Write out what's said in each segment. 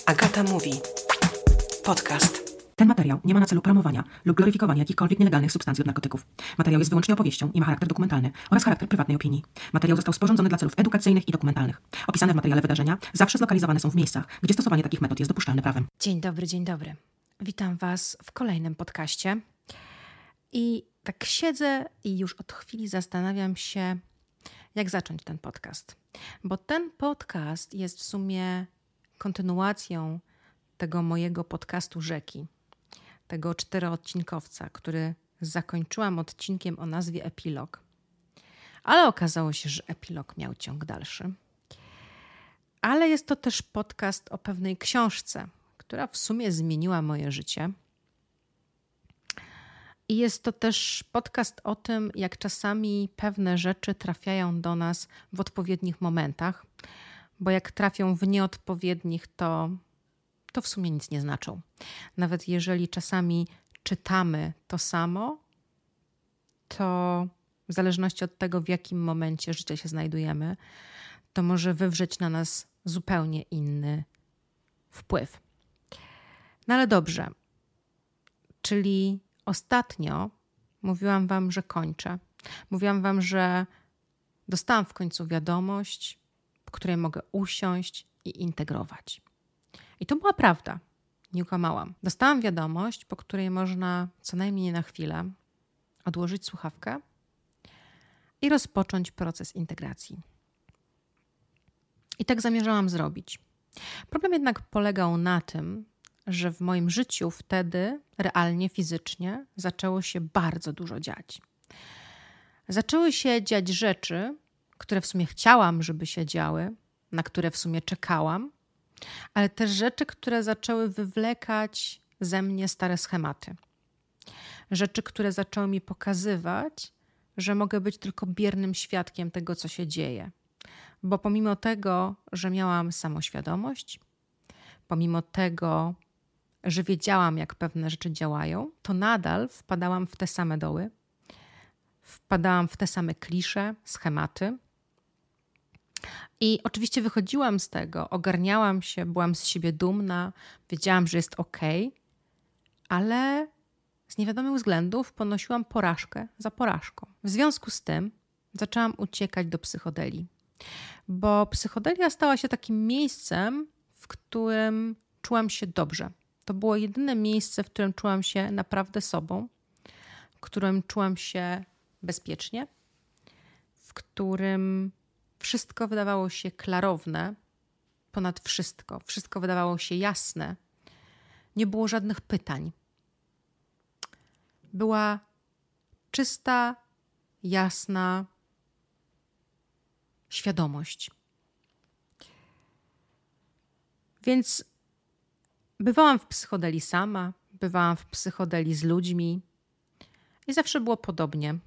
Agata mówi. Podcast. Ten materiał nie ma na celu promowania lub gloryfikowania jakichkolwiek nielegalnych substancji od narkotyków. Materiał jest wyłącznie opowieścią i ma charakter dokumentalny oraz charakter prywatnej opinii. Materiał został sporządzony dla celów edukacyjnych i dokumentalnych. Opisane w materiale wydarzenia zawsze zlokalizowane są w miejscach, gdzie stosowanie takich metod jest dopuszczalne prawem. Dzień dobry. Witam Was w kolejnym podcaście. I tak siedzę i już od chwili zastanawiam się, jak zacząć ten podcast. Bo ten podcast jest w sumie kontynuacją tego mojego podcastu Rzeki. Tego 4-odcinkowca, który zakończyłam odcinkiem o nazwie Epilog. Ale okazało się, że epilog miał ciąg dalszy. Ale jest to też podcast o pewnej książce, która w sumie zmieniła moje życie. I jest to też podcast o tym, jak czasami pewne rzeczy trafiają do nas w odpowiednich momentach, bo jak trafią w nieodpowiednich, to w sumie nic nie znaczą. Nawet jeżeli czasami czytamy to samo, to w zależności od tego, w jakim momencie życia się znajdujemy, to może wywrzeć na nas zupełnie inny wpływ. No ale dobrze, czyli ostatnio mówiłam Wam, że kończę. Mówiłam Wam, że dostałam w końcu wiadomość, po której mogę usiąść i integrować. I to była prawda, nie kłamałam. Dostałam wiadomość, po której można co najmniej na chwilę odłożyć słuchawkę i rozpocząć proces integracji. I tak zamierzałam zrobić. Problem jednak polegał na tym, że w moim życiu wtedy realnie, fizycznie zaczęło się bardzo dużo dziać. Zaczęły się dziać rzeczy, które w sumie chciałam, żeby się działy, na które w sumie czekałam, ale też rzeczy, które zaczęły wywlekać ze mnie stare schematy. Rzeczy, które zaczęły mi pokazywać, że mogę być tylko biernym świadkiem tego, co się dzieje. Bo pomimo tego, że miałam samoświadomość, pomimo tego, że wiedziałam, jak pewne rzeczy działają, to nadal wpadałam w te same doły, wpadałam w te same klisze, schematy. I oczywiście wychodziłam z tego, ogarniałam się, byłam z siebie dumna, wiedziałam, że jest okej, ale z niewiadomych względów ponosiłam porażkę za porażką. W związku z tym zaczęłam uciekać do psychodelii, bo psychodelia stała się takim miejscem, w którym czułam się dobrze. To było jedyne miejsce, w którym czułam się naprawdę sobą, w którym czułam się bezpiecznie, w którym wszystko wydawało się klarowne, ponad wszystko. Wszystko wydawało się jasne. Nie było żadnych pytań. Była czysta, jasna świadomość. Więc bywałam w psychodelii sama, bywałam w psychodelii z ludźmi i zawsze było podobnie.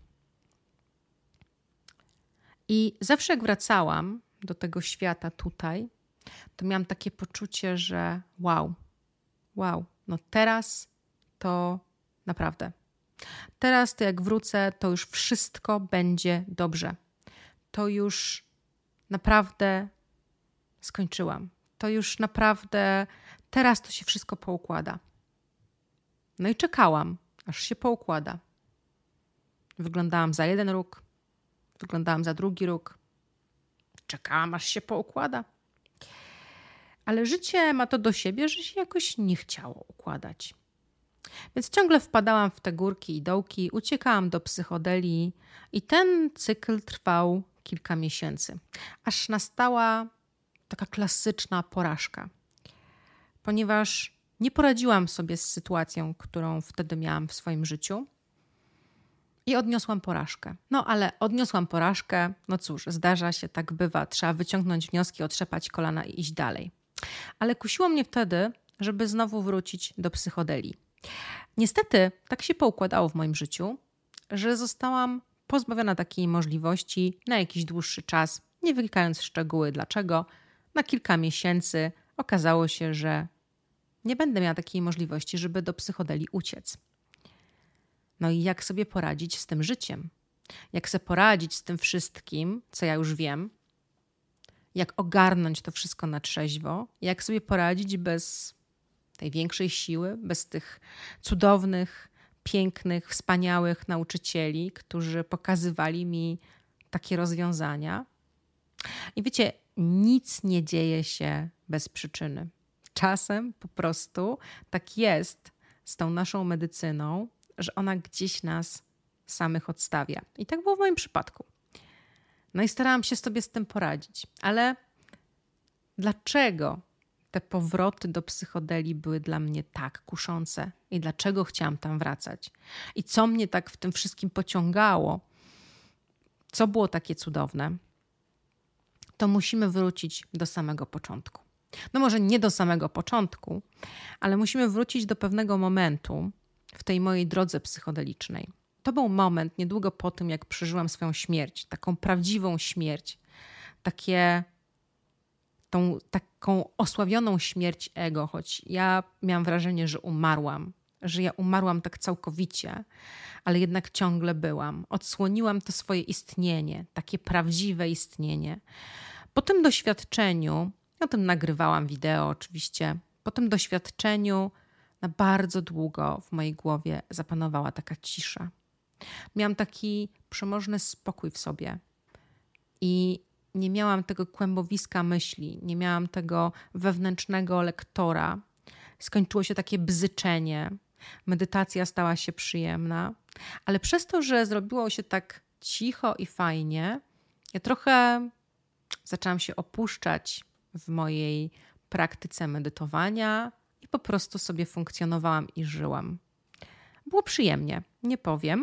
I zawsze jak wracałam do tego świata tutaj, to miałam takie poczucie, że wow, no teraz to naprawdę. Teraz to jak wrócę, to już wszystko będzie dobrze. To już naprawdę skończyłam. To już naprawdę teraz to się wszystko poukłada. No i czekałam, aż się poukłada. Wyglądałam za jeden róg, wyglądałam za drugi róg. Czekałam, aż się poukłada. Ale życie ma to do siebie, że się jakoś nie chciało układać. Więc ciągle wpadałam w te górki i dołki, uciekałam do psychodelii i ten cykl trwał kilka miesięcy. Aż nastała taka klasyczna porażka. Ponieważ nie poradziłam sobie z sytuacją, którą wtedy miałam w swoim życiu i odniosłam porażkę. No ale odniosłam porażkę, no cóż, zdarza się, tak bywa. Trzeba wyciągnąć wnioski, otrzepać kolana i iść dalej. Ale kusiło mnie wtedy, żeby znowu wrócić do psychodelii. Niestety tak się poukładało w moim życiu, że zostałam pozbawiona takiej możliwości na jakiś dłuższy czas, nie wynikając w szczegóły dlaczego. Na kilka miesięcy okazało się, że nie będę miała takiej możliwości, żeby do psychodelii uciec. No i jak sobie poradzić z tym życiem? Jak sobie poradzić z tym wszystkim, co ja już wiem? jak ogarnąć to wszystko na trzeźwo, jak sobie poradzić bez tej większej siły, bez tych cudownych, pięknych, wspaniałych nauczycieli, którzy pokazywali mi takie rozwiązania. I wiecie, nic nie dzieje się bez przyczyny. Czasem po prostu tak jest z tą naszą medycyną, że ona gdzieś nas samych odstawia. I tak było w moim przypadku. No i starałam się sobie z tym poradzić. Ale dlaczego te powroty do psychodelii były dla mnie tak kuszące? I dlaczego chciałam tam wracać? I co mnie tak w tym wszystkim pociągało? Co było takie cudowne? To musimy wrócić do samego początku. No może nie do samego początku, ale musimy wrócić do pewnego momentu w tej mojej drodze psychodelicznej. To był moment niedługo po tym, jak przeżyłam swoją śmierć, taką prawdziwą śmierć, taką osławioną śmierć ego, choć ja miałam wrażenie, że ja umarłam tak całkowicie, ale jednak ciągle byłam. Odsłoniłam to swoje istnienie, takie prawdziwe istnienie. Po tym doświadczeniu, o tym nagrywałam wideo oczywiście, po tym doświadczeniu na bardzo długo w mojej głowie zapanowała taka cisza. Miałam taki przemożny spokój w sobie i nie miałam tego kłębowiska myśli, nie miałam tego wewnętrznego lektora. Skończyło się takie bzyczenie, medytacja stała się przyjemna, ale przez to, że zrobiło się tak cicho i fajnie, ja trochę zaczęłam się opuszczać w mojej praktyce medytowania i po prostu sobie funkcjonowałam i żyłam. Było przyjemnie, nie powiem.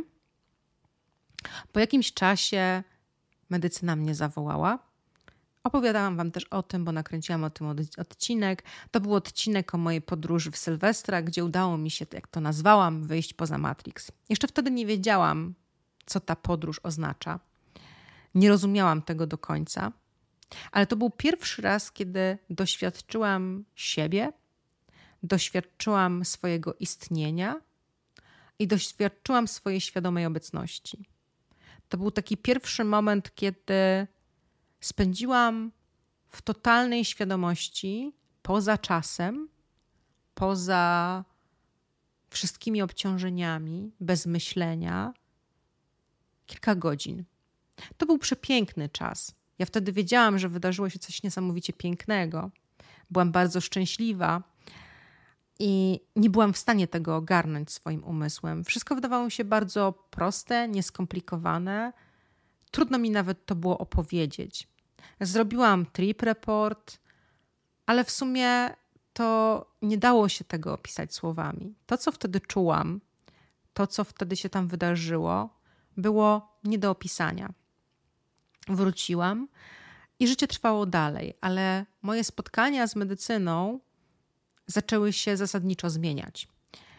Po jakimś czasie medycyna mnie zawołała. Opowiadałam wam też o tym, bo nakręciłam o tym odcinek. To był odcinek o mojej podróży w Sylwestra, gdzie udało mi się, jak to nazwałam, wyjść poza Matrix. Jeszcze wtedy nie wiedziałam, co ta podróż oznacza. Nie rozumiałam tego do końca, ale to był pierwszy raz, kiedy doświadczyłam siebie, doświadczyłam swojego istnienia i doświadczyłam swojej świadomej obecności. To był taki pierwszy moment, kiedy spędziłam w totalnej świadomości, poza czasem, poza wszystkimi obciążeniami, bez myślenia, kilka godzin. To był przepiękny czas. Ja wtedy wiedziałam, że wydarzyło się coś niesamowicie pięknego. Byłam bardzo szczęśliwa i nie byłam w stanie tego ogarnąć swoim umysłem. Wszystko wydawało mi się bardzo proste, nieskomplikowane. Trudno mi nawet to było opowiedzieć. Zrobiłam trip report, ale w sumie to nie dało się tego opisać słowami. To, co wtedy czułam, to, co wtedy się tam wydarzyło, było nie do opisania. Wróciłam i życie trwało dalej, ale moje spotkania z medycyną zaczęły się zasadniczo zmieniać,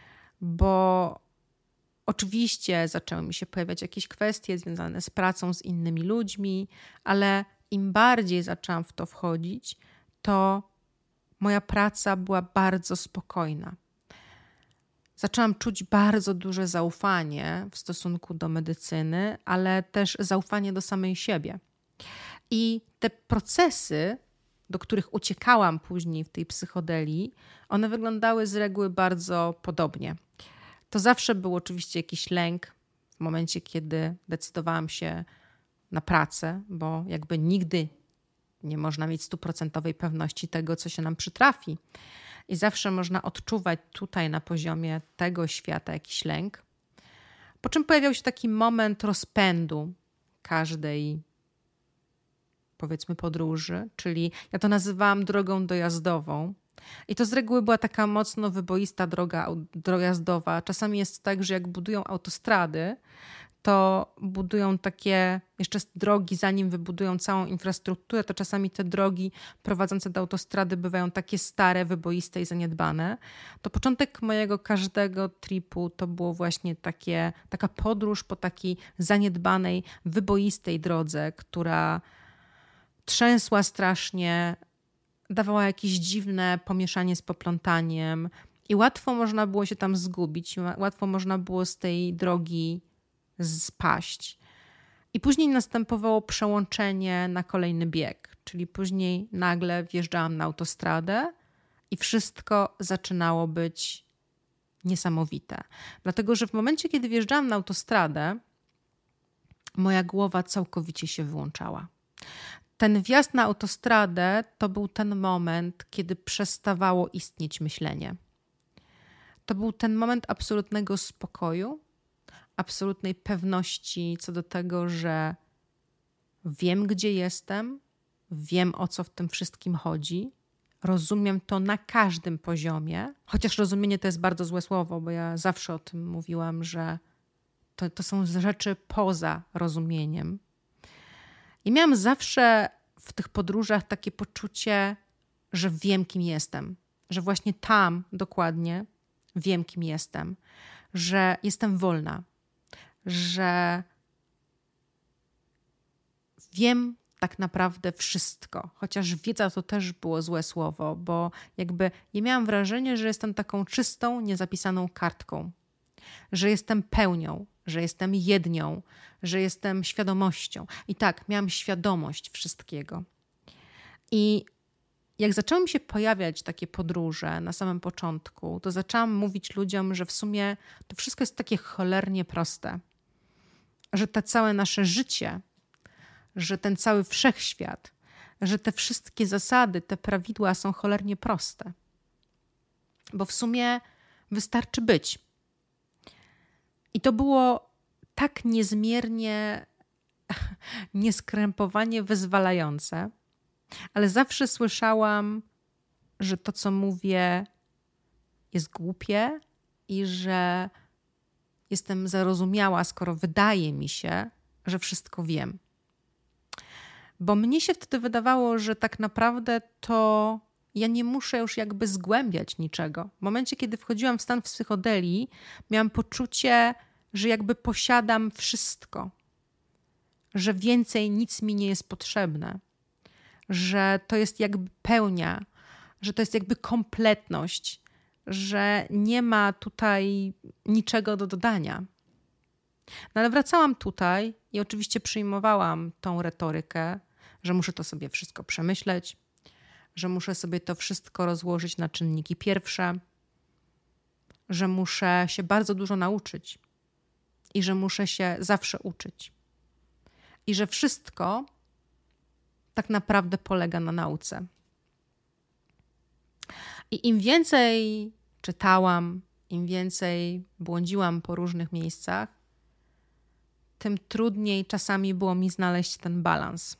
bo oczywiście zaczęły mi się pojawiać jakieś kwestie związane z pracą z innymi ludźmi, ale im bardziej zaczęłam w to wchodzić, to moja praca była bardzo spokojna. Zaczęłam czuć bardzo duże zaufanie w stosunku do medycyny, ale też zaufanie do samej siebie. I te procesy, do których uciekałam później w tej psychodelii, one wyglądały z reguły bardzo podobnie. To zawsze był oczywiście jakiś lęk w momencie, kiedy decydowałam się na pracę, bo jakby nigdy nie można mieć 100% pewności tego, co się nam przytrafi. I zawsze można odczuwać tutaj na poziomie tego świata jakiś lęk. Po czym pojawiał się taki moment rozpędu każdej, powiedzmy, podróży, czyli ja to nazywałam drogą dojazdową. I to z reguły była taka mocno wyboista droga dojazdowa. Czasami jest tak, że jak budują autostrady, to budują takie jeszcze drogi, zanim wybudują całą infrastrukturę, to czasami te drogi prowadzące do autostrady bywają takie stare, wyboiste i zaniedbane. To początek mojego każdego tripu to było właśnie taka podróż po takiej zaniedbanej, wyboistej drodze, która trzęsła strasznie, dawała jakieś dziwne pomieszanie z poplątaniem i łatwo można było się tam zgubić, łatwo można było z tej drogi spaść. I później następowało przełączenie na kolejny bieg, czyli później nagle wjeżdżałam na autostradę i wszystko zaczynało być niesamowite. Dlatego, że w momencie, kiedy wjeżdżałam na autostradę, moja głowa całkowicie się wyłączała. Ten wjazd na autostradę to był ten moment, kiedy przestawało istnieć myślenie. To był ten moment absolutnego spokoju, absolutnej pewności co do tego, że wiem, gdzie jestem, wiem, o co w tym wszystkim chodzi, rozumiem to na każdym poziomie, chociaż rozumienie to jest bardzo złe słowo, bo ja zawsze o tym mówiłam, że to są rzeczy poza rozumieniem. I miałam zawsze w tych podróżach takie poczucie, że wiem, kim jestem, że właśnie tam dokładnie wiem, kim jestem, że jestem wolna, że wiem tak naprawdę wszystko, chociaż wiedza to też było złe słowo, bo jakby ja miałam wrażenie, że jestem taką czystą, niezapisaną kartką, że jestem pełnią, że jestem jednią, że jestem świadomością. I tak, miałam świadomość wszystkiego. I jak zaczęły mi się pojawiać takie podróże na samym początku, to zaczęłam mówić ludziom, że w sumie to wszystko jest takie cholernie proste. Że to całe nasze życie, że ten cały wszechświat, że te wszystkie zasady, te prawidła są cholernie proste. Bo w sumie wystarczy być. I to było tak niezmiernie, nieskrępowanie wyzwalające, ale zawsze słyszałam, że to, co mówię, jest głupie i że jestem zarozumiała, skoro wydaje mi się, że wszystko wiem. Bo mnie się wtedy wydawało, że tak naprawdę to ja nie muszę już jakby zgłębiać niczego. W momencie, kiedy wchodziłam w stan psychodelii, miałam poczucie, że jakby posiadam wszystko, że więcej nic mi nie jest potrzebne, że to jest jakby pełnia, że to jest jakby kompletność, że nie ma tutaj niczego do dodania. No ale wracałam tutaj i oczywiście przyjmowałam tą retorykę, że muszę to sobie wszystko przemyśleć, że muszę sobie to wszystko rozłożyć na czynniki pierwsze, że muszę się bardzo dużo nauczyć i że muszę się zawsze uczyć. I że wszystko tak naprawdę polega na nauce. I im więcej czytałam, im więcej błądziłam po różnych miejscach, tym trudniej czasami było mi znaleźć ten balans.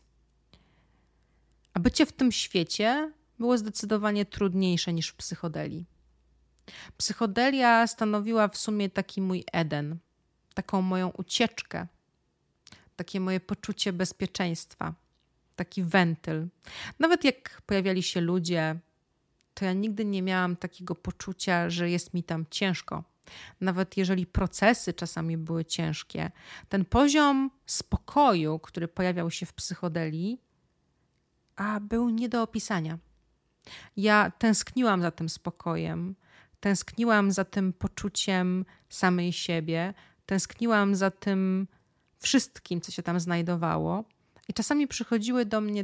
A bycie w tym świecie było zdecydowanie trudniejsze niż w psychodelii. Psychodelia stanowiła w sumie taki mój Eden, taką moją ucieczkę, takie moje poczucie bezpieczeństwa, taki wentyl. Nawet jak pojawiali się ludzie, to ja nigdy nie miałam takiego poczucia, że jest mi tam ciężko. Nawet jeżeli procesy czasami były ciężkie, ten poziom spokoju, który pojawiał się w psychodelii, był nie do opisania. Ja tęskniłam za tym spokojem, tęskniłam za tym poczuciem samej siebie, tęskniłam za tym wszystkim, co się tam znajdowało. I czasami przychodziły do mnie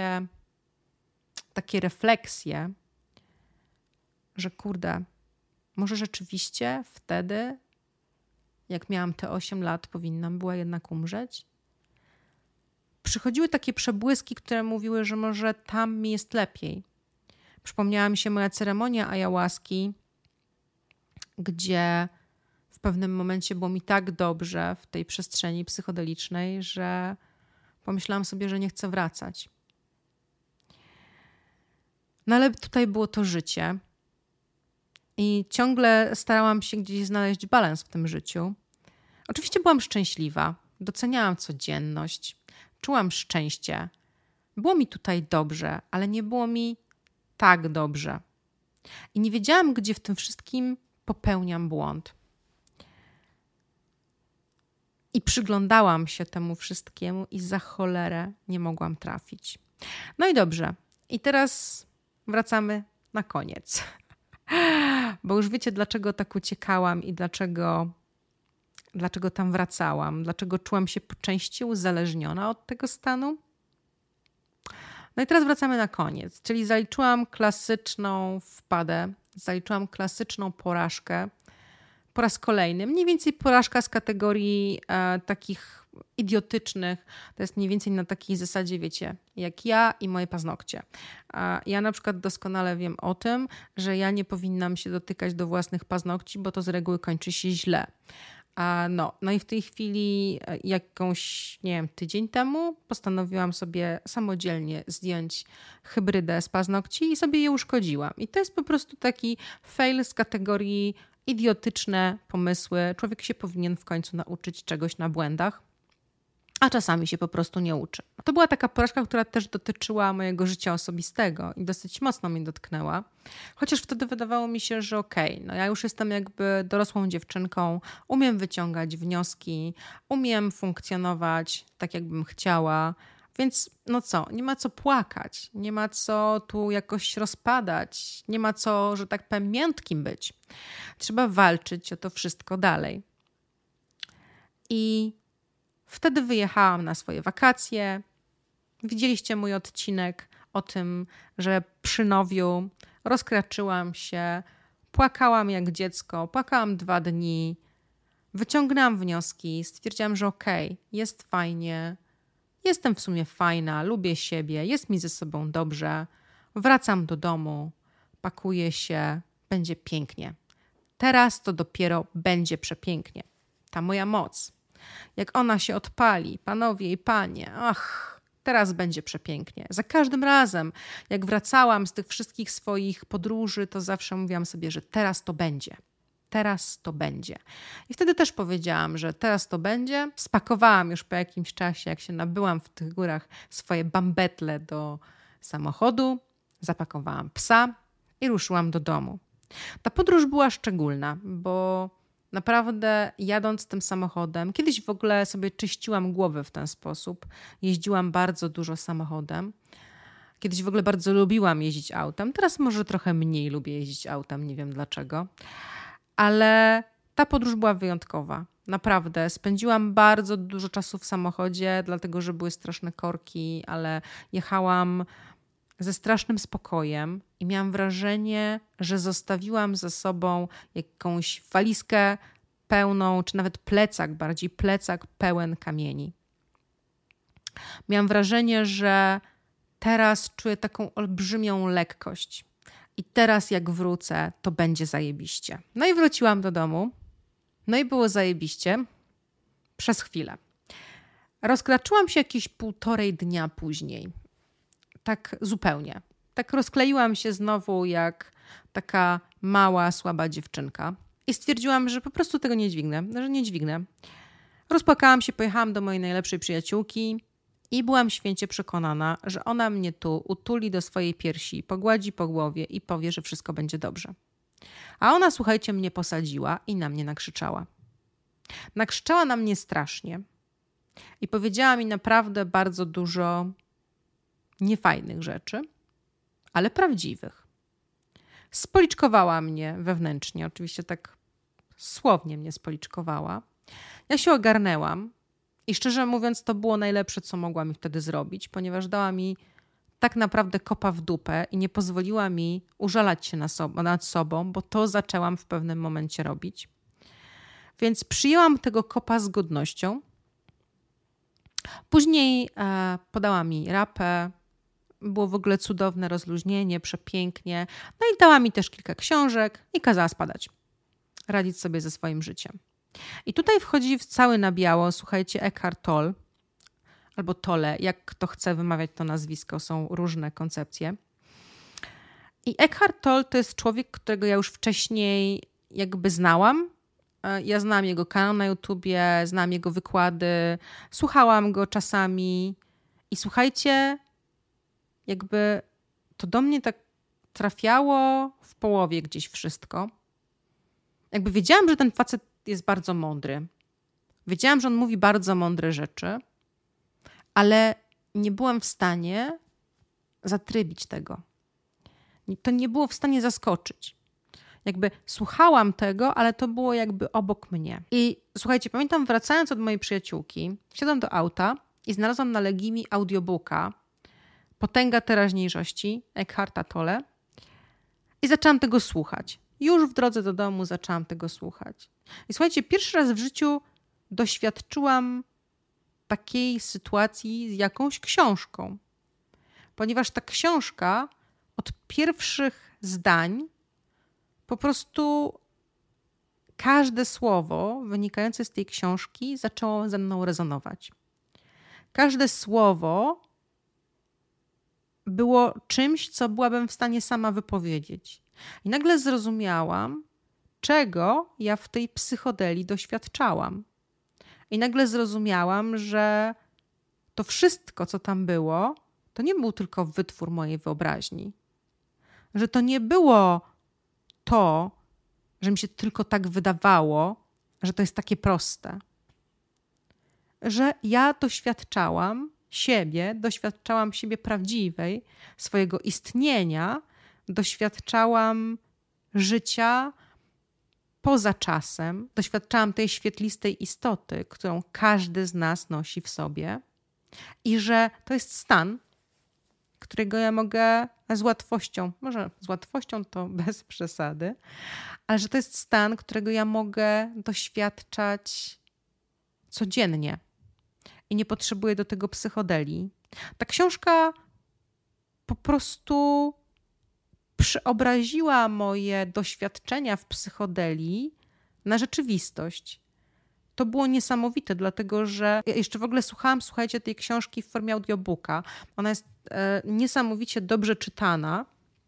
takie refleksje, że kurde, może rzeczywiście wtedy, jak miałam te 8 lat, powinnam była jednak umrzeć? Przychodziły takie przebłyski, które mówiły, że może tam mi jest lepiej. Przypomniała mi się moja ceremonia ayahuaski, gdzie w pewnym momencie było mi tak dobrze w tej przestrzeni psychodelicznej, że pomyślałam sobie, że nie chcę wracać. No ale tutaj było to życie i ciągle starałam się gdzieś znaleźć balans w tym życiu. Oczywiście byłam szczęśliwa, doceniałam codzienność, czułam szczęście. Było mi tutaj dobrze, ale nie było mi tak dobrze. I nie wiedziałam, gdzie w tym wszystkim popełniam błąd. I przyglądałam się temu wszystkiemu i za cholerę nie mogłam trafić. No i dobrze. I teraz wracamy na koniec. Bo już wiecie, dlaczego tak uciekałam i dlaczego tam wracałam. Dlaczego czułam się po części uzależniona od tego stanu. No i teraz wracamy na koniec, czyli zaliczyłam klasyczną wpadę, zaliczyłam klasyczną porażkę po raz kolejny. Mniej więcej porażka z kategorii takich idiotycznych. To jest mniej więcej na takiej zasadzie, wiecie, jak ja i moje paznokcie. Ja na przykład doskonale wiem o tym, że ja nie powinnam się dotykać do własnych paznokci, bo to z reguły kończy się źle. No i w tej chwili jakąś, nie wiem, tydzień temu postanowiłam sobie samodzielnie zdjąć hybrydę z paznokci i sobie je uszkodziłam. I to jest po prostu taki fail z kategorii idiotyczne pomysły. Człowiek się powinien w końcu nauczyć czegoś na błędach, a czasami się po prostu nie uczy. To była taka porażka, która też dotyczyła mojego życia osobistego i dosyć mocno mnie dotknęła. Chociaż wtedy wydawało mi się, że no ja już jestem jakby dorosłą dziewczynką, umiem wyciągać wnioski, umiem funkcjonować tak, jakbym chciała, więc no co, nie ma co płakać, nie ma co tu jakoś rozpadać, nie ma co, że tak powiem, miętkim być. Trzeba walczyć o to wszystko dalej. I wtedy wyjechałam na swoje wakacje. Widzieliście mój odcinek o tym, że przy Nowiu rozkraczyłam się, płakałam jak dziecko, płakałam 2 dni, wyciągnęłam wnioski, stwierdziłam, że jest fajnie, jestem w sumie fajna, lubię siebie, jest mi ze sobą dobrze, wracam do domu, pakuję się, będzie pięknie. Teraz to dopiero będzie przepięknie. Ta moja moc. Jak ona się odpali, panowie i panie, teraz będzie przepięknie. Za każdym razem, jak wracałam z tych wszystkich swoich podróży, to zawsze mówiłam sobie, że teraz to będzie. Teraz to będzie. I wtedy też powiedziałam, że teraz to będzie. Spakowałam już po jakimś czasie, jak się nabyłam w tych górach, swoje bambetle do samochodu, zapakowałam psa i ruszyłam do domu. Ta podróż była szczególna, bo naprawdę jadąc tym samochodem, kiedyś w ogóle sobie czyściłam głowę w ten sposób. Jeździłam bardzo dużo samochodem. Kiedyś w ogóle bardzo lubiłam jeździć autem. Teraz może trochę mniej lubię jeździć autem, nie wiem dlaczego. Ale ta podróż była wyjątkowa. Naprawdę. Spędziłam bardzo dużo czasu w samochodzie, dlatego że były straszne korki, ale jechałam ze strasznym spokojem i miałam wrażenie, że zostawiłam za sobą jakąś walizkę pełną, czy nawet bardziej plecak pełen kamieni. Miałam wrażenie, że teraz czuję taką olbrzymią lekkość i teraz jak wrócę, to będzie zajebiście. No i wróciłam do domu, no i było zajebiście przez chwilę. Rozkraczyłam się jakieś 1,5 dnia później. Tak zupełnie. Tak rozkleiłam się znowu jak taka mała, słaba dziewczynka i stwierdziłam, że po prostu tego nie dźwignę, Rozpłakałam się, pojechałam do mojej najlepszej przyjaciółki i byłam święcie przekonana, że ona mnie tu utuli do swojej piersi, pogładzi po głowie i powie, że wszystko będzie dobrze. A ona, słuchajcie, mnie posadziła i na mnie nakrzyczała. Nakrzyczała na mnie strasznie i powiedziała mi naprawdę bardzo dużo niefajnych rzeczy, ale prawdziwych. Spoliczkowała mnie wewnętrznie, oczywiście tak słownie mnie spoliczkowała. Ja się ogarnęłam i szczerze mówiąc to było najlepsze, co mogła mi wtedy zrobić, ponieważ dała mi tak naprawdę kopa w dupę i nie pozwoliła mi użalać się nad sobą, bo to zaczęłam w pewnym momencie robić. Więc przyjęłam tego kopa z godnością. Później podała mi rapę. Było w ogóle cudowne rozluźnienie, przepięknie. No i dała mi też kilka książek i kazała spadać. Radzić sobie ze swoim życiem. I tutaj wchodzi w cały na biało, słuchajcie, Eckhart Tolle, albo Tolle, jak kto chce wymawiać to nazwisko, są różne koncepcje. I Eckhart Tolle to jest człowiek, którego ja już wcześniej jakby znałam. Ja znałam jego kanał na YouTubie, znałam jego wykłady, słuchałam go czasami i słuchajcie, jakby to do mnie tak trafiało w połowie gdzieś wszystko. Jakby wiedziałam, że ten facet jest bardzo mądry. Wiedziałam, że on mówi bardzo mądre rzeczy, ale nie byłam w stanie zatrybić tego. To nie było w stanie zaskoczyć. Jakby słuchałam tego, ale to było jakby obok mnie. I słuchajcie, pamiętam wracając od mojej przyjaciółki, siadłam do auta i znalazłam na Legimi audiobooka Potęga teraźniejszości Eckharta Tolle i zaczęłam tego słuchać. Już w drodze do domu zaczęłam tego słuchać. I słuchajcie, pierwszy raz w życiu doświadczyłam takiej sytuacji z jakąś książką. Ponieważ ta książka od pierwszych zdań po prostu każde słowo wynikające z tej książki zaczęło ze mną rezonować. Każde słowo było czymś, co byłabym w stanie sama wypowiedzieć. I nagle zrozumiałam, czego ja w tej psychodelii doświadczałam. I nagle zrozumiałam, że to wszystko, co tam było, to nie był tylko wytwór mojej wyobraźni. Że to nie było to, że mi się tylko tak wydawało, że to jest takie proste. Że ja doświadczałam siebie prawdziwej, swojego istnienia, doświadczałam życia poza czasem, doświadczałam tej świetlistej istoty, którą każdy z nas nosi w sobie i że to jest stan, którego ja mogę z łatwością, może z łatwością to bez przesady, ale że to jest stan, którego ja mogę doświadczać codziennie i nie potrzebuję do tego psychodelii. Ta książka po prostu przeobraziła moje doświadczenia w psychodelii na rzeczywistość. To było niesamowite, dlatego że ja jeszcze w ogóle słuchajcie, tej książki w formie audiobooka. Ona jest niesamowicie dobrze czytana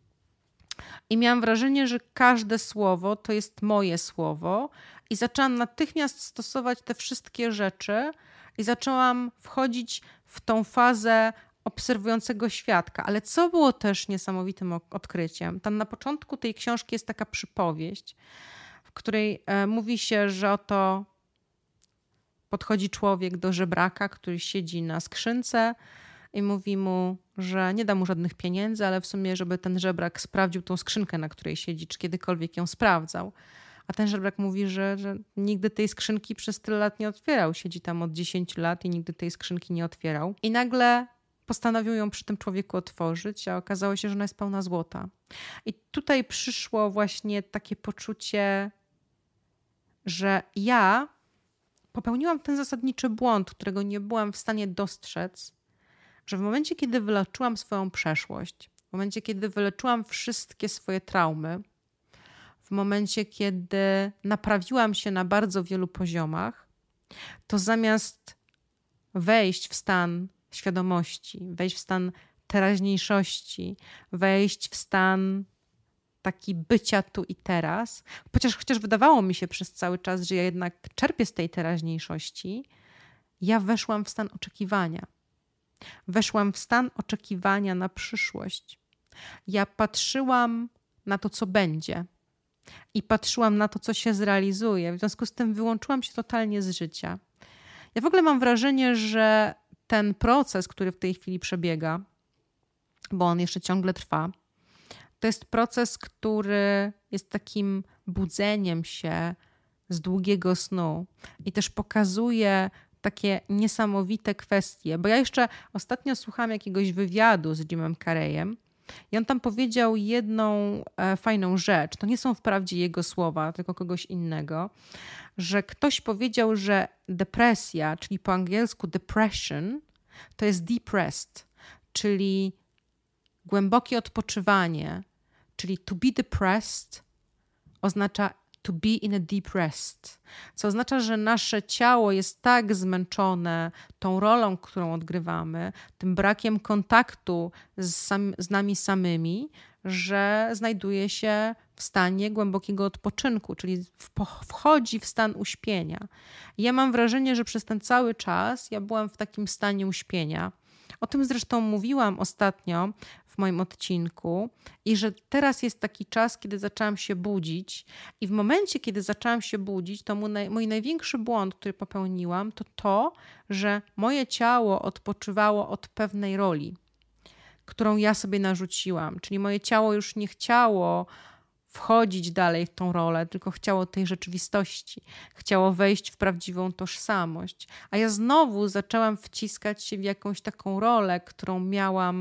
i miałam wrażenie, że każde słowo to jest moje słowo i zaczęłam natychmiast stosować te wszystkie rzeczy i zaczęłam wchodzić w tą fazę obserwującego świadka. Ale co było też niesamowitym odkryciem? Tam na początku tej książki jest taka przypowieść, w której mówi się, że oto podchodzi człowiek do żebraka, który siedzi na skrzynce i mówi mu, że nie da mu żadnych pieniędzy, ale w sumie, żeby ten żebrak sprawdził tą skrzynkę, na której siedzi, czy kiedykolwiek ją sprawdzał. A ten żebrak mówi, że nigdy tej skrzynki przez tyle lat nie otwierał. Siedzi tam od 10 lat i nigdy tej skrzynki nie otwierał. I nagle postanowił ją przy tym człowieku otworzyć, a okazało się, że ona jest pełna złota. I tutaj przyszło właśnie takie poczucie, że ja popełniłam ten zasadniczy błąd, którego nie byłam w stanie dostrzec, że w momencie, kiedy wyleczyłam swoją przeszłość, w momencie, kiedy wyleczyłam wszystkie swoje traumy, w momencie, kiedy naprawiłam się na bardzo wielu poziomach, to zamiast wejść w stan świadomości, wejść w stan teraźniejszości, wejść w stan taki bycia tu i teraz, chociaż wydawało mi się przez cały czas, że ja jednak czerpię z tej teraźniejszości, ja weszłam w stan oczekiwania. Weszłam w stan oczekiwania na przyszłość. Ja patrzyłam na to, co będzie i patrzyłam na to, co się zrealizuje. W związku z tym wyłączyłam się totalnie z życia. Ja w ogóle mam wrażenie, że ten proces, który w tej chwili przebiega, bo on jeszcze ciągle trwa, to jest proces, który jest takim budzeniem się z długiego snu i też pokazuje takie niesamowite kwestie. Bo ja jeszcze ostatnio słuchałam jakiegoś wywiadu z Jimem Carreyem i on tam powiedział jedną fajną rzecz. To nie są wprawdzie jego słowa, tylko kogoś innego, że ktoś powiedział, że depresja, czyli po angielsku depression, to jest depressed, czyli głębokie odpoczywanie, czyli to be depressed oznacza to be in a deep rest, co oznacza, że nasze ciało jest tak zmęczone tą rolą, którą odgrywamy, tym brakiem kontaktu z nami samymi, że znajduje się w stanie głębokiego odpoczynku, czyli wchodzi w stan uśpienia. I ja mam wrażenie, że przez ten cały czas ja byłam w takim stanie uśpienia. O tym zresztą mówiłam ostatnio w moim odcinku i że teraz jest taki czas, kiedy zaczęłam się budzić i w momencie, kiedy zaczęłam się budzić, to mój największy błąd, który popełniłam, to, że moje ciało odpoczywało od pewnej roli, którą ja sobie narzuciłam. Czyli moje ciało już nie chciało wchodzić dalej w tą rolę, tylko chciało tej rzeczywistości. Chciało wejść w prawdziwą tożsamość. A ja znowu zaczęłam wciskać się w jakąś taką rolę, którą miałam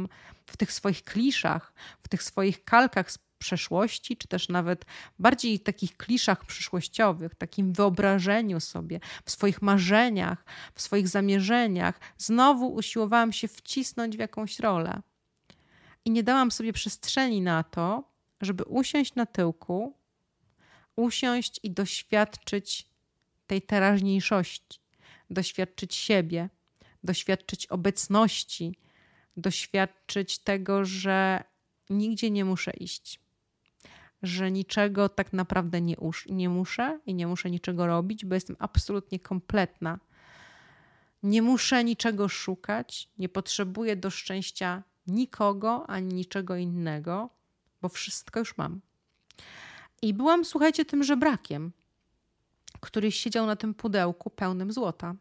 w tych swoich kliszach, w tych swoich kalkach z przeszłości, czy też nawet bardziej takich kliszach przyszłościowych, takim wyobrażeniu sobie, w swoich marzeniach, w swoich zamierzeniach, znowu usiłowałam się wcisnąć w jakąś rolę. I nie dałam sobie przestrzeni na to, żeby usiąść na tyłku, usiąść i doświadczyć tej teraźniejszości, doświadczyć siebie, doświadczyć obecności, doświadczyć tego, że nigdzie nie muszę iść, że niczego tak naprawdę nie muszę i nie muszę niczego robić, bo jestem absolutnie kompletna. Nie muszę niczego szukać, nie potrzebuję do szczęścia nikogo ani niczego innego, bo wszystko już mam. I byłam, słuchajcie, tym żebrakiem, który siedział na tym pudełku pełnym złota.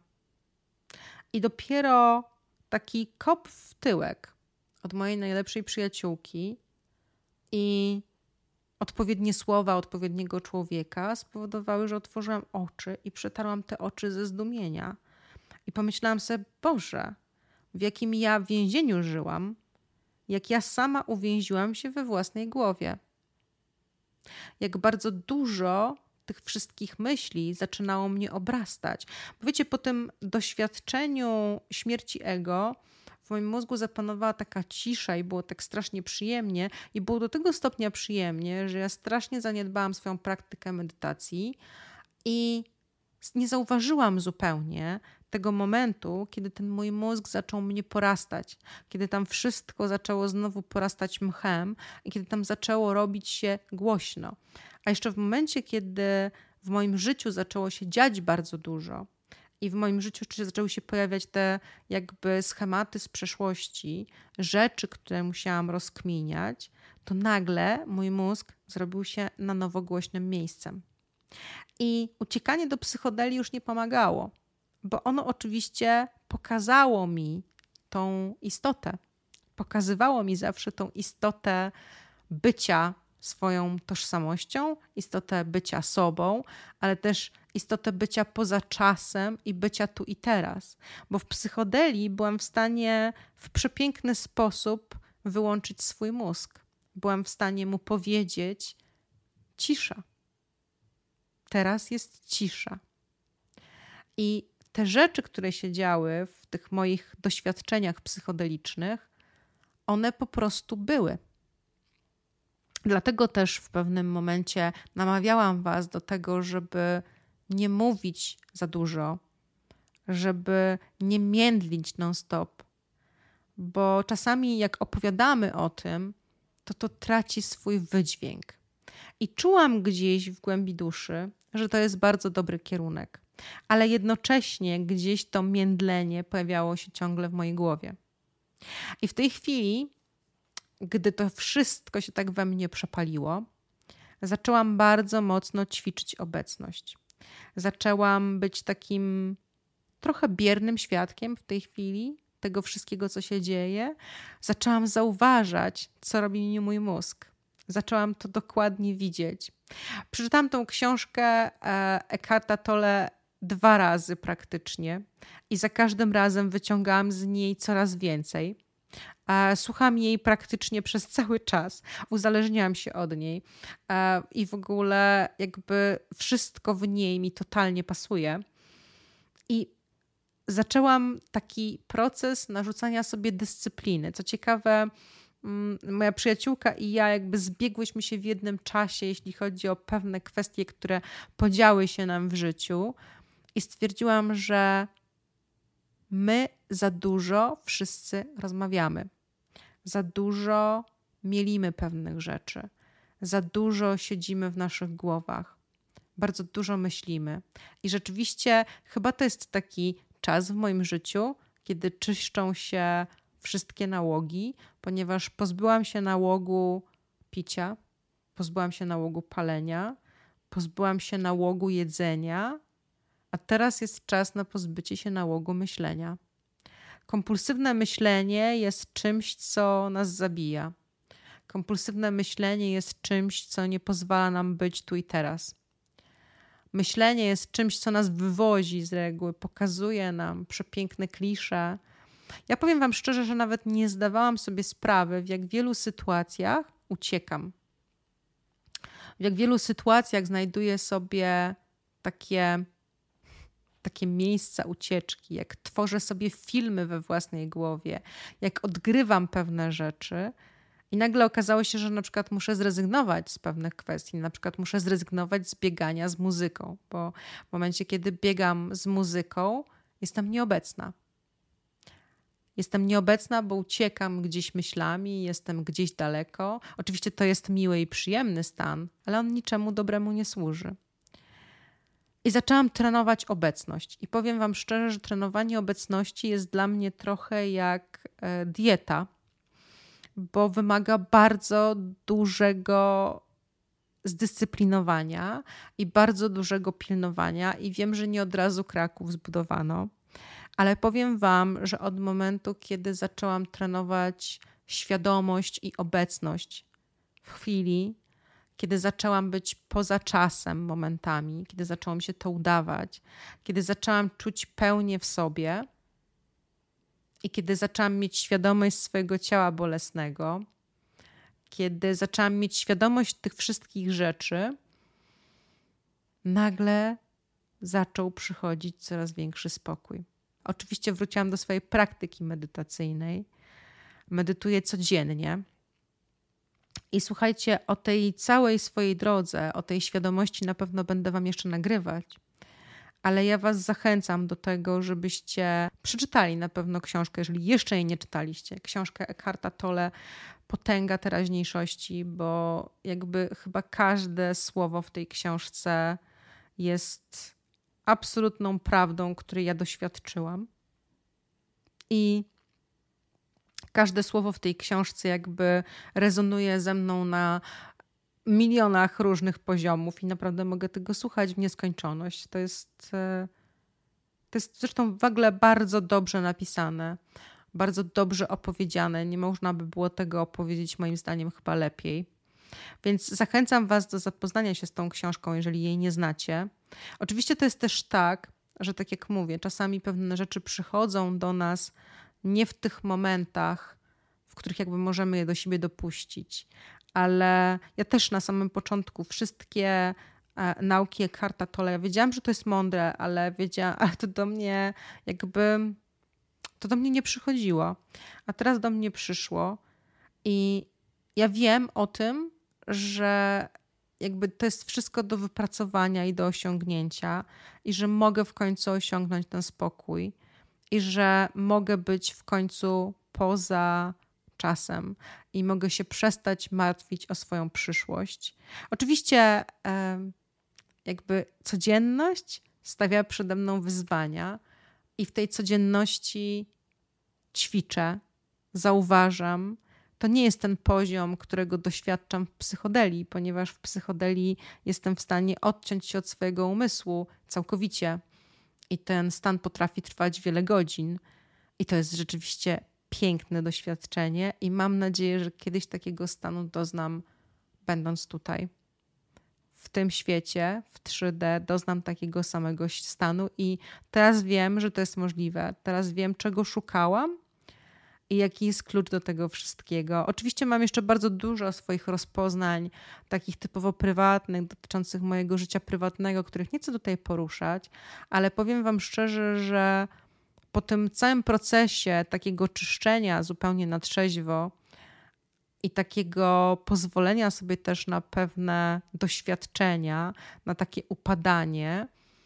I dopiero taki kop w tyłek od mojej najlepszej przyjaciółki i odpowiednie słowa odpowiedniego człowieka spowodowały, że otworzyłam oczy i przetarłam te oczy ze zdumienia. I pomyślałam sobie, Boże, w jakim ja więzieniu żyłam, jak ja sama uwięziłam się we własnej głowie. Jak bardzo dużo tych wszystkich myśli zaczynało mnie obrastać. Bo wiecie, po tym doświadczeniu śmierci ego w moim mózgu zapanowała taka cisza i było tak strasznie przyjemnie. I było do tego stopnia przyjemnie, że ja strasznie zaniedbałam swoją praktykę medytacji i nie zauważyłam zupełnie tego momentu, kiedy ten mój mózg zaczął mnie porastać, kiedy tam wszystko zaczęło znowu porastać mchem i kiedy tam zaczęło robić się głośno. A jeszcze w momencie, kiedy w moim życiu zaczęło się dziać bardzo dużo i w moim życiu zaczęły się pojawiać te jakby schematy z przeszłości, rzeczy, które musiałam rozkminiać, to nagle mój mózg zrobił się na nowo głośnym miejscem. I uciekanie do psychodelii już nie pomagało, bo ono oczywiście pokazało mi tą istotę. Pokazywało mi zawsze tą istotę bycia swoją tożsamością, istotę bycia sobą, ale też istotę bycia poza czasem i bycia tu i teraz. Bo w psychodelii byłam w stanie w przepiękny sposób wyłączyć swój mózg. Byłam w stanie mu powiedzieć: cisza. Teraz jest cisza. I te rzeczy, które się działy w tych moich doświadczeniach psychodelicznych, one po prostu były. Dlatego też w pewnym momencie namawiałam was do tego, żeby nie mówić za dużo, żeby nie międlić non-stop, bo czasami jak opowiadamy o tym, to traci swój wydźwięk. I czułam gdzieś w głębi duszy, że to jest bardzo dobry kierunek, ale jednocześnie gdzieś to międlenie pojawiało się ciągle w mojej głowie. I w tej chwili, gdy to wszystko się tak we mnie przepaliło, zaczęłam bardzo mocno ćwiczyć obecność. Zaczęłam być takim trochę biernym świadkiem w tej chwili tego wszystkiego, co się dzieje. Zaczęłam zauważać, co robi mi mój mózg. Zaczęłam to dokładnie widzieć. Przeczytałam tą książkę Eckharta Tolle 2 razy praktycznie i za każdym razem wyciągałam z niej coraz więcej. Słucham jej praktycznie przez cały czas. Uzależniałam się od niej i w ogóle jakby wszystko w niej mi totalnie pasuje. I zaczęłam taki proces narzucania sobie dyscypliny. Co ciekawe, moja przyjaciółka i ja jakby zbiegłyśmy się w jednym czasie, jeśli chodzi o pewne kwestie, które podziały się nam w życiu i stwierdziłam, że my za dużo wszyscy rozmawiamy. Za dużo mielimy pewnych rzeczy. Za dużo siedzimy w naszych głowach. Bardzo dużo myślimy. I rzeczywiście chyba to jest taki czas w moim życiu, kiedy czyszczą się wszystkie nałogi, ponieważ pozbyłam się nałogu picia, pozbyłam się nałogu palenia, pozbyłam się nałogu jedzenia, a teraz jest czas na pozbycie się nałogu myślenia. Kompulsywne myślenie jest czymś, co nas zabija. Kompulsywne myślenie jest czymś, co nie pozwala nam być tu i teraz. Myślenie jest czymś, co nas wywozi z reguły, pokazuje nam przepiękne klisze, Ja powiem wam szczerze, że nawet nie zdawałam sobie sprawy, w jak wielu sytuacjach uciekam. W jak wielu sytuacjach znajduję sobie takie miejsca ucieczki, jak tworzę sobie filmy we własnej głowie, jak odgrywam pewne rzeczy i nagle okazało się, że na przykład muszę zrezygnować z pewnych kwestii, na przykład muszę zrezygnować z biegania z muzyką, bo w momencie, kiedy biegam z muzyką, jestem nieobecna. Jestem nieobecna, bo uciekam gdzieś myślami, jestem gdzieś daleko. Oczywiście to jest miły i przyjemny stan, ale on niczemu dobremu nie służy. I zaczęłam trenować obecność. I powiem wam szczerze, że trenowanie obecności jest dla mnie trochę jak dieta, bo wymaga bardzo dużego zdyscyplinowania i bardzo dużego pilnowania. I wiem, że nie od razu Kraków zbudowano, ale powiem wam, że od momentu, kiedy zaczęłam trenować świadomość i obecność w chwili, kiedy zaczęłam być poza czasem momentami, kiedy zaczęło mi się to udawać, kiedy zaczęłam czuć pełnię w sobie i kiedy zaczęłam mieć świadomość swojego ciała bolesnego, kiedy zaczęłam mieć świadomość tych wszystkich rzeczy, nagle zaczął przychodzić coraz większy spokój. Oczywiście wróciłam do swojej praktyki medytacyjnej. Medytuję codziennie. I słuchajcie, o tej całej swojej drodze, o tej świadomości na pewno będę wam jeszcze nagrywać. Ale ja was zachęcam do tego, żebyście przeczytali na pewno książkę, jeżeli jeszcze jej nie czytaliście. Książkę Eckharta Tolle Potęga teraźniejszości, bo jakby chyba każde słowo w tej książce jest absolutną prawdą, której ja doświadczyłam. I każde słowo w tej książce jakby rezonuje ze mną na milionach różnych poziomów i naprawdę mogę tego słuchać w nieskończoność. To jest zresztą w ogóle bardzo dobrze napisane, bardzo dobrze opowiedziane. Nie można by było tego opowiedzieć moim zdaniem chyba lepiej. Więc zachęcam was do zapoznania się z tą książką, jeżeli jej nie znacie. Oczywiście to jest też tak, że tak jak mówię, czasami pewne rzeczy przychodzą do nas nie w tych momentach, w których jakby możemy je do siebie dopuścić. Ale ja też na samym początku wszystkie nauki Eckharta Tolle, ja wiedziałam, że to jest mądre, ale to do mnie nie przychodziło. A teraz do mnie przyszło i ja wiem o tym, że jakby to jest wszystko do wypracowania i do osiągnięcia i że mogę w końcu osiągnąć ten spokój i że mogę być w końcu poza czasem i mogę się przestać martwić o swoją przyszłość. Oczywiście jakby codzienność stawia przede mną wyzwania i w tej codzienności ćwiczę, zauważam. To nie jest ten poziom, którego doświadczam w psychodelii, ponieważ w psychodelii jestem w stanie odciąć się od swojego umysłu całkowicie i ten stan potrafi trwać wiele godzin i to jest rzeczywiście piękne doświadczenie i mam nadzieję, że kiedyś takiego stanu doznam, będąc tutaj. W tym świecie, w 3D, doznam takiego samego stanu i teraz wiem, że to jest możliwe. Teraz wiem, czego szukałam i jaki jest klucz do tego wszystkiego. Oczywiście mam jeszcze bardzo dużo swoich rozpoznań, takich typowo prywatnych, dotyczących mojego życia prywatnego, których nie chcę tutaj poruszać, ale powiem wam szczerze, że po tym całym procesie takiego czyszczenia zupełnie na trzeźwo i takiego pozwolenia sobie też na pewne doświadczenia, na takie upadanie,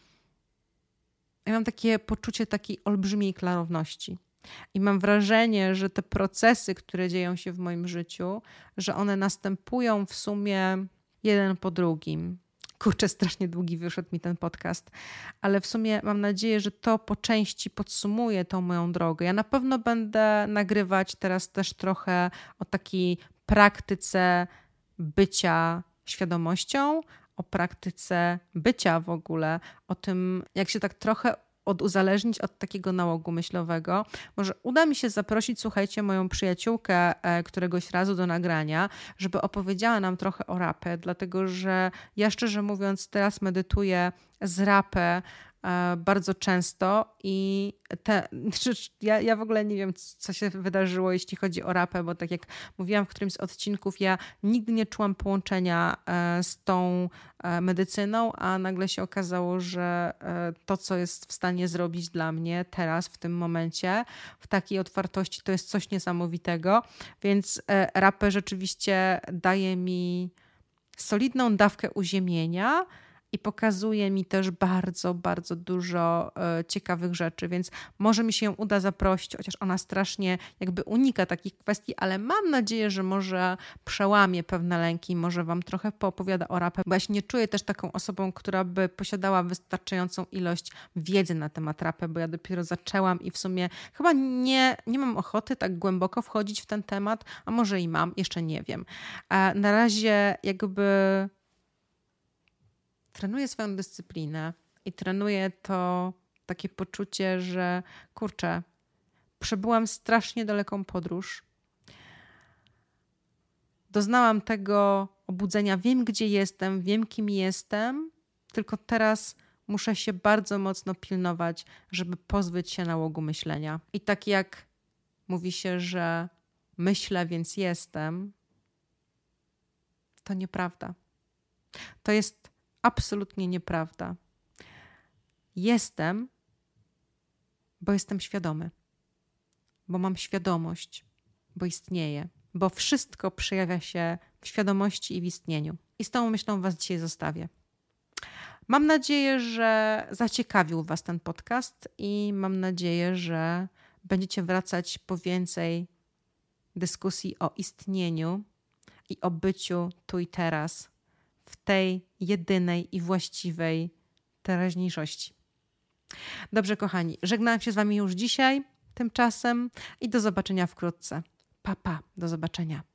ja mam takie poczucie takiej olbrzymiej klarowności. I mam wrażenie, że te procesy, które dzieją się w moim życiu, że one następują w sumie jeden po drugim. Kurczę, strasznie długi wyszedł mi ten podcast, ale w sumie mam nadzieję, że to po części podsumuje tą moją drogę. Ja na pewno będę nagrywać teraz też trochę o takiej praktyce bycia świadomością, o praktyce bycia w ogóle, o tym, jak się tak trochę oduzależnić od takiego nałogu myślowego. Może uda mi się zaprosić, słuchajcie, moją przyjaciółkę któregoś razu do nagrania, żeby opowiedziała nam trochę o rapie, dlatego że ja szczerze mówiąc teraz medytuję z rapę bardzo często i ja w ogóle nie wiem, co się wydarzyło, jeśli chodzi o rapę, bo tak jak mówiłam w którymś z odcinków, ja nigdy nie czułam połączenia z tą medycyną, a nagle się okazało, że to, co jest w stanie zrobić dla mnie teraz, w tym momencie, w takiej otwartości, to jest coś niesamowitego, więc rapę rzeczywiście daje mi solidną dawkę uziemienia i pokazuje mi też bardzo, bardzo dużo ciekawych rzeczy, więc może mi się uda zaprosić, chociaż ona strasznie jakby unika takich kwestii, ale mam nadzieję, że może przełamie pewne lęki, może wam trochę poopowiada o rapie, bo ja się nie czuję też taką osobą, która by posiadała wystarczającą ilość wiedzy na temat rapy, bo ja dopiero zaczęłam i w sumie chyba nie mam ochoty tak głęboko wchodzić w ten temat, a może i mam, jeszcze nie wiem. Na razie jakby trenuję swoją dyscyplinę i trenuję to takie poczucie, że kurczę, przebyłam strasznie daleką podróż. Doznałam tego obudzenia, wiem gdzie jestem, wiem kim jestem, tylko teraz muszę się bardzo mocno pilnować, żeby pozbyć się nałogu myślenia. I tak jak mówi się, że myślę, więc jestem, to nieprawda. To jest absolutnie nieprawda. Jestem, bo jestem świadomy, bo mam świadomość, bo istnieję, bo wszystko przejawia się w świadomości i w istnieniu. I z tą myślą was dzisiaj zostawię. Mam nadzieję, że zaciekawił was ten podcast i mam nadzieję, że będziecie wracać po więcej dyskusji o istnieniu i o byciu tu i teraz, w tej jedynej i właściwej teraźniejszości. Dobrze, kochani, żegnam się z wami już dzisiaj tymczasem i do zobaczenia wkrótce. Pa, do zobaczenia.